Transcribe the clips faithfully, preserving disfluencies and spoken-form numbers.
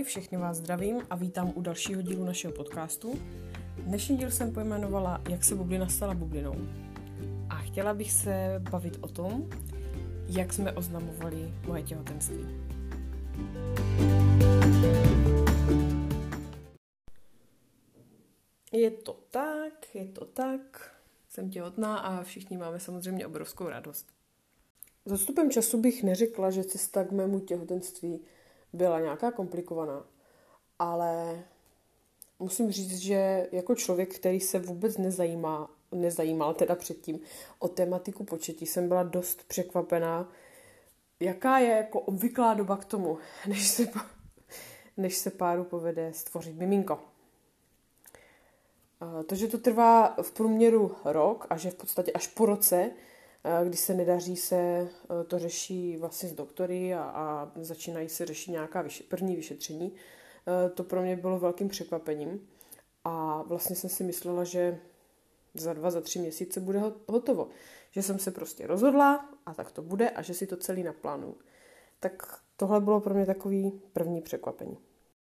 Ahoj, všechny vás zdravím a vítám u dalšího dílu našeho podcastu. Dnešní díl jsem pojmenovala Jak se bublina stala bublinou. A chtěla bych se bavit o tom, jak jsme oznamovali moje těhotenství. Je to tak, je to tak, jsem těhotná a všichni máme samozřejmě obrovskou radost. S odstupem času bych neřekla, že cesta k mému těhotenství byla nějaká komplikovaná, ale musím říct, že jako člověk, který se vůbec nezajímá, nezajímal teda předtím o tematiku početí, jsem byla dost překvapená, jaká je jako obvyklá doba k tomu, než se, než se páru povede stvořit miminko. To, že to trvá v průměru rok a že v podstatě až po roce, když se nedaří, se to řeší vlastně s doktory a, a začínají se řešit nějaká vyše, první vyšetření. To pro mě bylo velkým překvapením a vlastně jsem si myslela, že za dva, za tři měsíce bude hotovo. Že jsem se prostě rozhodla a tak to bude a že si to celý naplánuju. Tak tohle bylo pro mě takový první překvapení.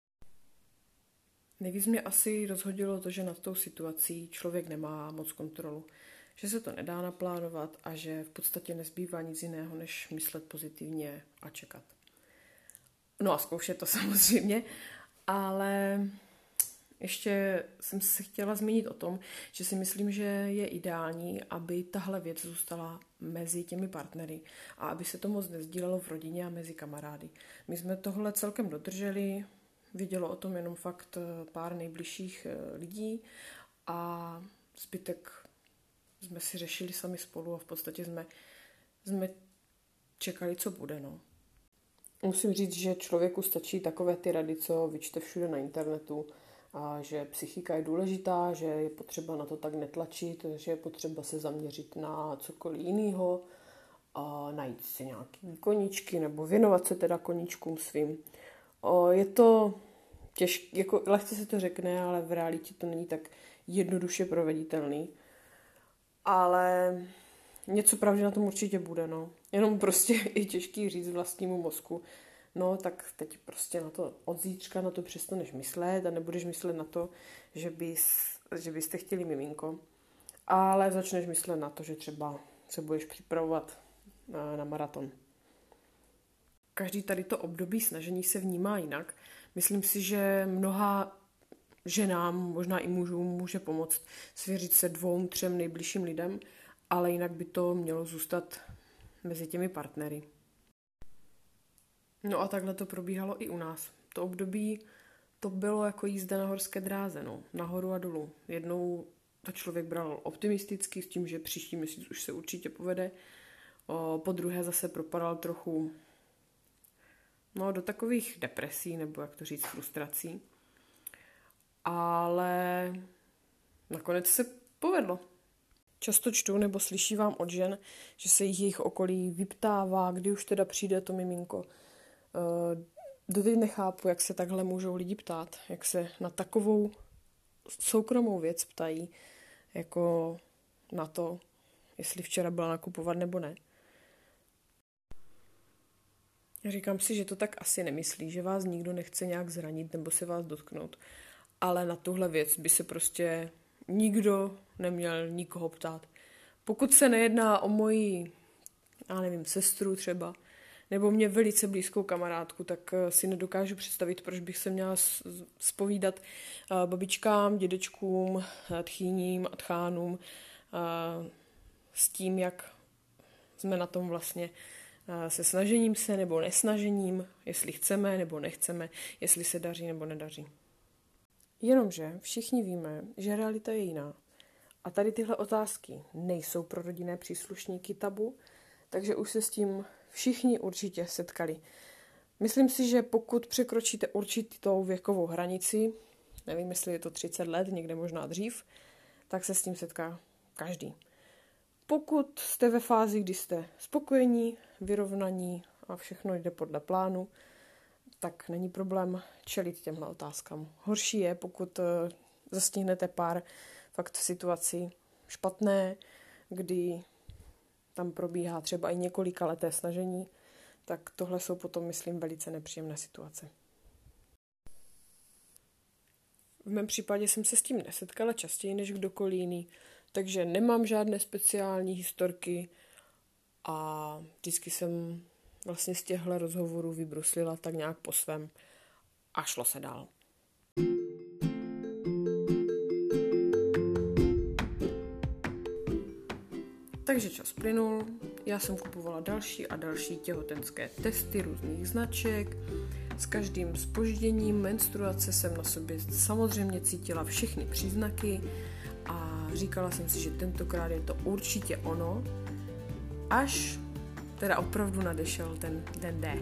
Nejvíc mě asi rozhodilo to, že nad tou situací člověk nemá moc kontrolu. Že se to nedá naplánovat a že v podstatě nezbývá nic jiného, než myslet pozitivně a čekat. No a zkoušet to samozřejmě, ale ještě jsem se chtěla zmínit o tom, že si myslím, že je ideální, aby tahle věc zůstala mezi těmi partnery a aby se to moc nesdílelo v rodině a mezi kamarády. My jsme tohle celkem dodrželi, vědělo o tom jenom fakt pár nejbližších lidí a zbytek jsme si řešili sami spolu a v podstatě jsme, jsme čekali, co bude. No. Musím říct, že člověku stačí takové ty rady, co vyčte všude na internetu, a že psychika je důležitá, že je potřeba na to tak netlačit, že je potřeba se zaměřit na cokoliv jiného, a najít si nějaké koníčky nebo věnovat se teda koníčkům svým. O, je to těžké, jako lehce se to řekne, ale v realitě to není tak jednoduše proveditelný. Ale něco pravdy na tom určitě bude, no. Jenom prostě je těžký říct vlastnímu mozku, no tak teď prostě na to od zítřka na to přestaneš myslet a nebudeš myslet na to, že, bys, že byste chtěli miminko, ale začneš myslet na to, že třeba se budeš připravovat na, na maraton. Každý tady to období snažení se vnímá jinak. Myslím si, že mnoha ženám, možná i mužům, může pomoct svěřit se dvou, třem nejbližším lidem, ale jinak by to mělo zůstat mezi těmi partnery. No a takhle to probíhalo i u nás. To období to bylo jako jízda na horské dráze, no, nahoru a dolů. Jednou to člověk bral optimisticky s tím, že příští měsíc už se určitě povede. O, po druhé zase propadal trochu no, do takových depresí, nebo jak to říct, frustrací. Ale nakonec se povedlo. Často čtu nebo slyšívám od žen, že se jich jejich okolí vyptává, kdy už teda přijde to miminko. Doteď nechápu, jak se takhle můžou lidi ptát, jak se na takovou soukromou věc ptají, jako na to, jestli včera byla nakupovat nebo ne. Říkám si, že to tak asi nemyslí, že vás nikdo nechce nějak zranit nebo se vás dotknout. Ale na tuhle věc by se prostě nikdo neměl nikoho ptát. Pokud se nejedná o moji, já nevím, sestru třeba, nebo mě velice blízkou kamarádku, tak si nedokážu představit, proč bych se měla zpovídat babičkám, dědečkům, tchýním a tchánům s tím, jak jsme na tom vlastně se snažením se nebo nesnažením, jestli chceme nebo nechceme, jestli se daří nebo nedaří. Jenomže všichni víme, že realita je jiná. A tady tyhle otázky nejsou pro rodinné příslušníky tabu, takže už se s tím všichni určitě setkali. Myslím si, že pokud překročíte určitou věkovou hranici, nevím, jestli je to třicet let, někde možná dřív, tak se s tím setká každý. Pokud jste ve fázi, kdy jste spokojení, vyrovnaní a všechno jde podle plánu, tak není problém čelit těmhle otázkám. Horší je, pokud zastihnete pár fakt v situaci špatné, kdy tam probíhá třeba i několika leté snažení, tak tohle jsou potom, myslím, velice nepříjemné situace. v mém případě jsem se s tím nesetkala častěji než kdokoliv jiný, takže nemám žádné speciální historky a vždycky jsem vlastně z těchto rozhovorů vybruslila tak nějak po svém a šlo se dál. Takže čas plynul, já jsem kupovala další a další těhotenské testy různých značek. S každým zpožděním menstruace jsem na sobě samozřejmě cítila všechny příznaky a říkala jsem si, že tentokrát je to určitě ono, až teda opravdu nadešel ten den D.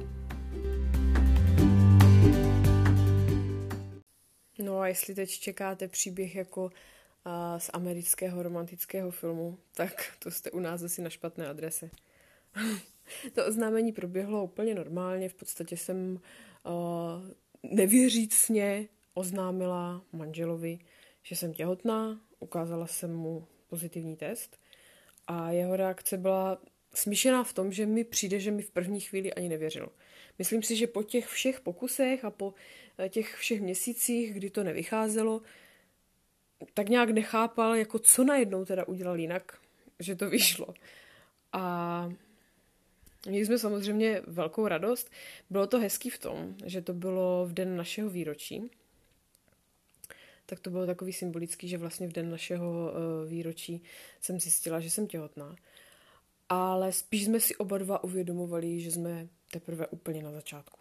No a jestli teď čekáte příběh jako a z amerického romantického filmu, tak to jste u nás asi na špatné adrese. To oznámení proběhlo úplně normálně, v podstatě jsem uh, nevěřícně oznámila manželovi, že jsem těhotná, ukázala jsem mu pozitivní test a jeho reakce byla smíšená v tom, že mi přijde, že mi v první chvíli ani nevěřil. Myslím si, že po těch všech pokusech a po těch všech měsících, kdy to nevycházelo, tak nějak nechápal, jako co najednou teda udělal jinak, že to vyšlo. A měli jsme samozřejmě velkou radost. Bylo to hezký v tom, že to bylo v den našeho výročí. Tak to bylo takový symbolický, že vlastně v den našeho výročí jsem zjistila, že jsem těhotná. Ale spíš jsme si oba dva uvědomovali, že jsme teprve úplně na začátku.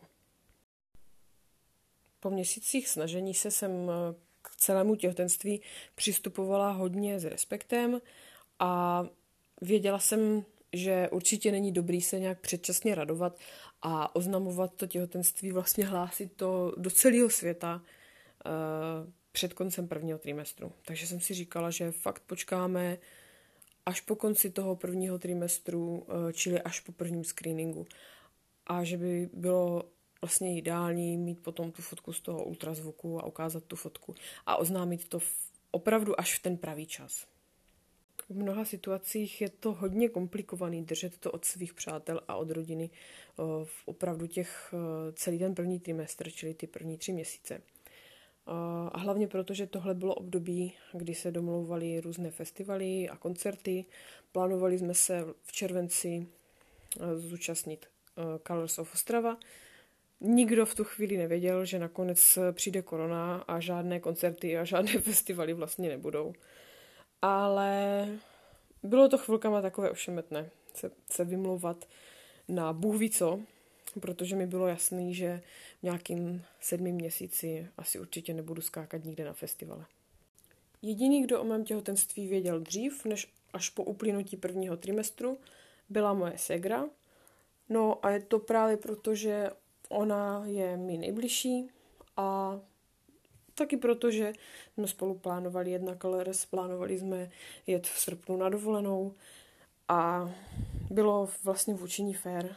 Po měsících snažení se jsem k celému těhotenství přistupovala hodně s respektem a věděla jsem, že určitě není dobrý se nějak předčasně radovat a oznamovat to těhotenství, vlastně hlásit to do celého světa uh, před koncem prvního trimestru. Takže jsem si říkala, že fakt počkáme až po konci toho prvního trimestru, uh, čili až po prvním screeningu. A že by bylo vlastně ideální mít potom tu fotku z toho ultrazvuku a ukázat tu fotku a oznámit to v, opravdu až v ten pravý čas. V mnoha situacích je to hodně komplikovaný držet to od svých přátel a od rodiny v opravdu těch celý ten první trimestr, čili ty první tři měsíce. A hlavně proto, že tohle bylo období, kdy se domlouvaly různé festivaly a koncerty. Plánovali jsme se v červenci zúčastnit Colors of Ostrava. Nikdo v tu chvíli nevěděl, že nakonec přijde korona a žádné koncerty a žádné festivaly vlastně nebudou. Ale bylo to chvilkama takové ošemetné se, se vymlouvat na Bůh ví co, protože mi bylo jasný, že v nějakým sedmým měsíci asi určitě nebudu skákat nikde na festivale. Jediný, kdo o mém těhotenství věděl dřív, než až po uplynutí prvního trimestru, byla moje ségra. No a je to právě proto, že ona je mi nejbližší a taky proto, že jsme spolu plánovali jet na Colors, plánovali jsme jet v srpnu na dovolenou a bylo vlastně vůči ní fér.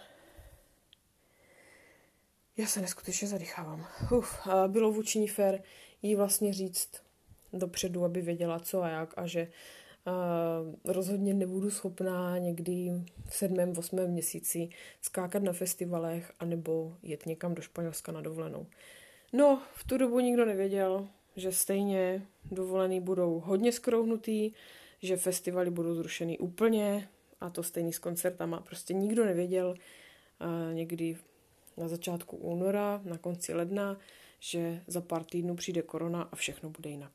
Já se neskutečně zadýchávám. Uf, bylo vůči ní fér jí vlastně říct dopředu, aby věděla co a jak a že Uh, rozhodně nebudu schopná někdy v sedmém, osmém měsíci skákat na festivalech anebo jet někam do Španělska na dovolenou. No, v tu dobu nikdo nevěděl, že stejně dovolený budou hodně skrouhnutý, že festivaly budou zrušený úplně a to stejný s koncertama. Prostě nikdo nevěděl uh, někdy na začátku února, na konci ledna, že za pár týdnů přijde korona a všechno bude jinak.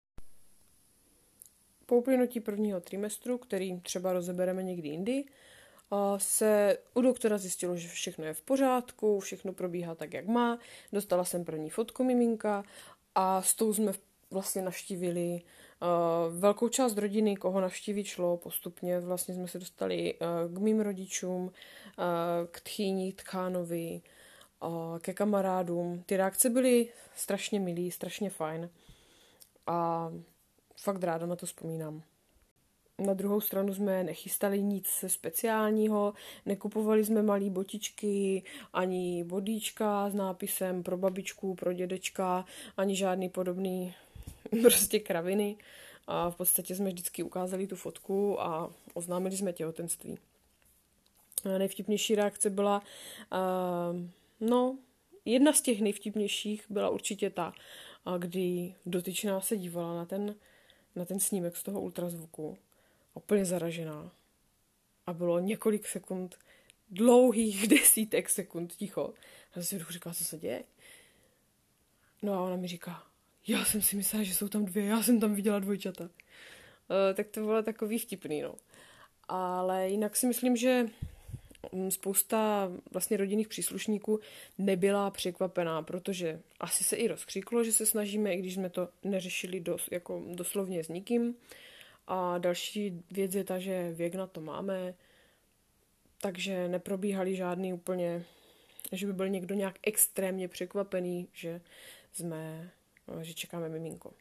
Po uplynutí prvního trimestru, který třeba rozebereme někdy jindy, se u doktora zjistilo, že všechno je v pořádku, všechno probíhá tak, jak má. Dostala jsem první fotku miminka a s tou jsme vlastně navštívili velkou část rodiny, koho navštívit šlo postupně. Vlastně jsme se dostali k mým rodičům, k tchýni, tchánovi, ke kamarádům. Ty reakce byly strašně milý, strašně fajn a fakt ráda na to vzpomínám. Na druhou stranu jsme nechystali nic speciálního, nekupovali jsme malý botičky, ani bodíčka s nápisem pro babičku, pro dědečka, ani žádný podobný prostě kraviny. A v podstatě jsme vždycky ukázali tu fotku a oznámili jsme těhotenství. A nejvtipnější reakce byla, uh, no, jedna z těch nejvtipnějších byla určitě ta, a kdy dotyčná se dívala na ten, na ten snímek z toho ultrazvuku úplně zaražená. A bylo několik sekund, dlouhých desítek sekund ticho. A já si říkala, co se děje. No a ona mi říká, já jsem si myslela, že jsou tam dvě, já jsem tam viděla dvojčata. Uh, tak to bylo takový vtipný, no. Ale jinak si myslím, že spousta vlastně rodinných příslušníků nebyla překvapená, protože asi se i rozkřiklo, že se snažíme, i když jsme to neřešili dos, jako doslovně s nikým. A další věc je ta, že věk na to máme, takže neprobíhaly žádný úplně, že by byl někdo nějak extrémně překvapený, že jsme, že čekáme miminko.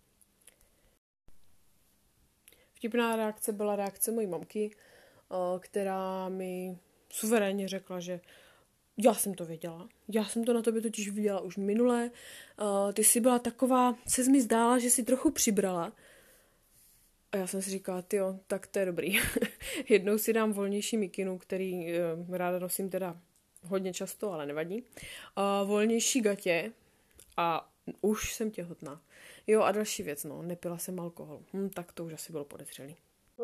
Vtipná reakce byla reakce mojí mamky, která mi suverénně řekla, že já jsem to věděla. Já jsem to na tobě totiž viděla už minule. Ty jsi byla taková, se mi zdála, že jsi trochu přibrala. A já jsem si říkala, tyjo, tak to je dobrý. Jednou si dám volnější mikinu, který ráda nosím teda hodně často, ale nevadí. Volnější gatě a už jsem těhotná. Jo, a další věc, no, nepila jsem alkohol. Hm, tak to už asi bylo podezřelý.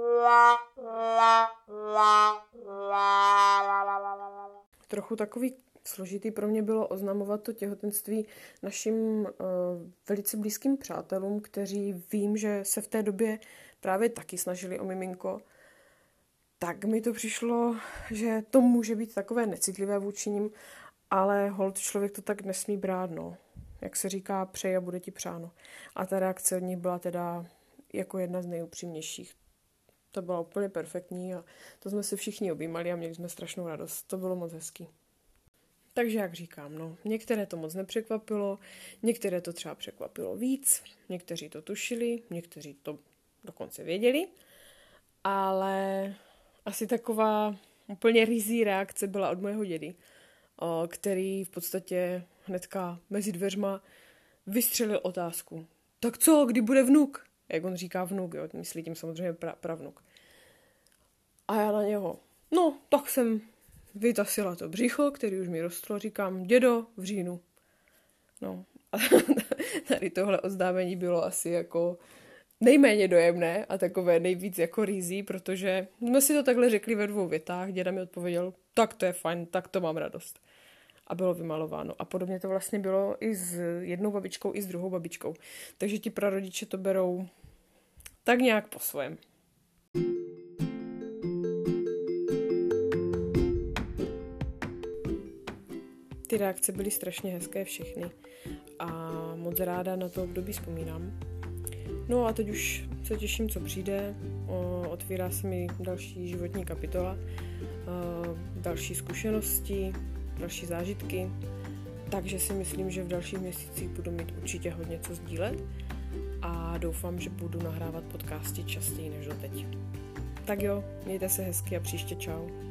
Trochu takový složitý pro mě bylo oznamovat to těhotenství našim uh, velice blízkým přátelům, kteří vím, že se v té době právě taky snažili o miminko. Tak mi to přišlo, že to může být takové necitlivé vůči nim, ale holt člověk to tak nesmí brát, no. Jak se říká, přeji a bude ti přáno. A ta reakce od nich byla teda jako jedna z nejupřímnějších. To byla úplně perfektní a to jsme se všichni objímali a měli jsme strašnou radost. To bylo moc hezký. Takže jak říkám, no, některé to moc nepřekvapilo, některé to třeba překvapilo víc, někteří to tušili, někteří to dokonce věděli, ale asi taková úplně rizí reakce byla od mého dědy, který v podstatě hnedka mezi dveřma vystřelil otázku. Tak co, kdy bude vnuk? Jak on říká vnuk, jo, myslí tím samozřejmě pra, pravnuk. A já na něho, no, tak jsem vytasila to břicho, který už mi rostlo, říkám, dědo, v říjnu. No, a tady tohle oznámení bylo asi jako nejméně dojemné a takové nejvíc jako rizí, protože jsme si to takhle řekli ve dvou větách, děda mi odpověděl, tak to je fajn, tak to mám radost. A bylo vymalováno. A podobně to vlastně bylo i s jednou babičkou, i s druhou babičkou. Takže ti prarodiče to berou tak nějak po svém. Ty reakce byly strašně hezké všechny a moc ráda na to období vzpomínám. No a teď už se těším, co přijde. Otvírá se mi další životní kapitola, další zkušenosti, další zážitky, takže si myslím, že v dalších měsících budu mít určitě hodně co sdílet a doufám, že budu nahrávat podcasty častěji než doteď. Tak jo, mějte se hezky a příště čau.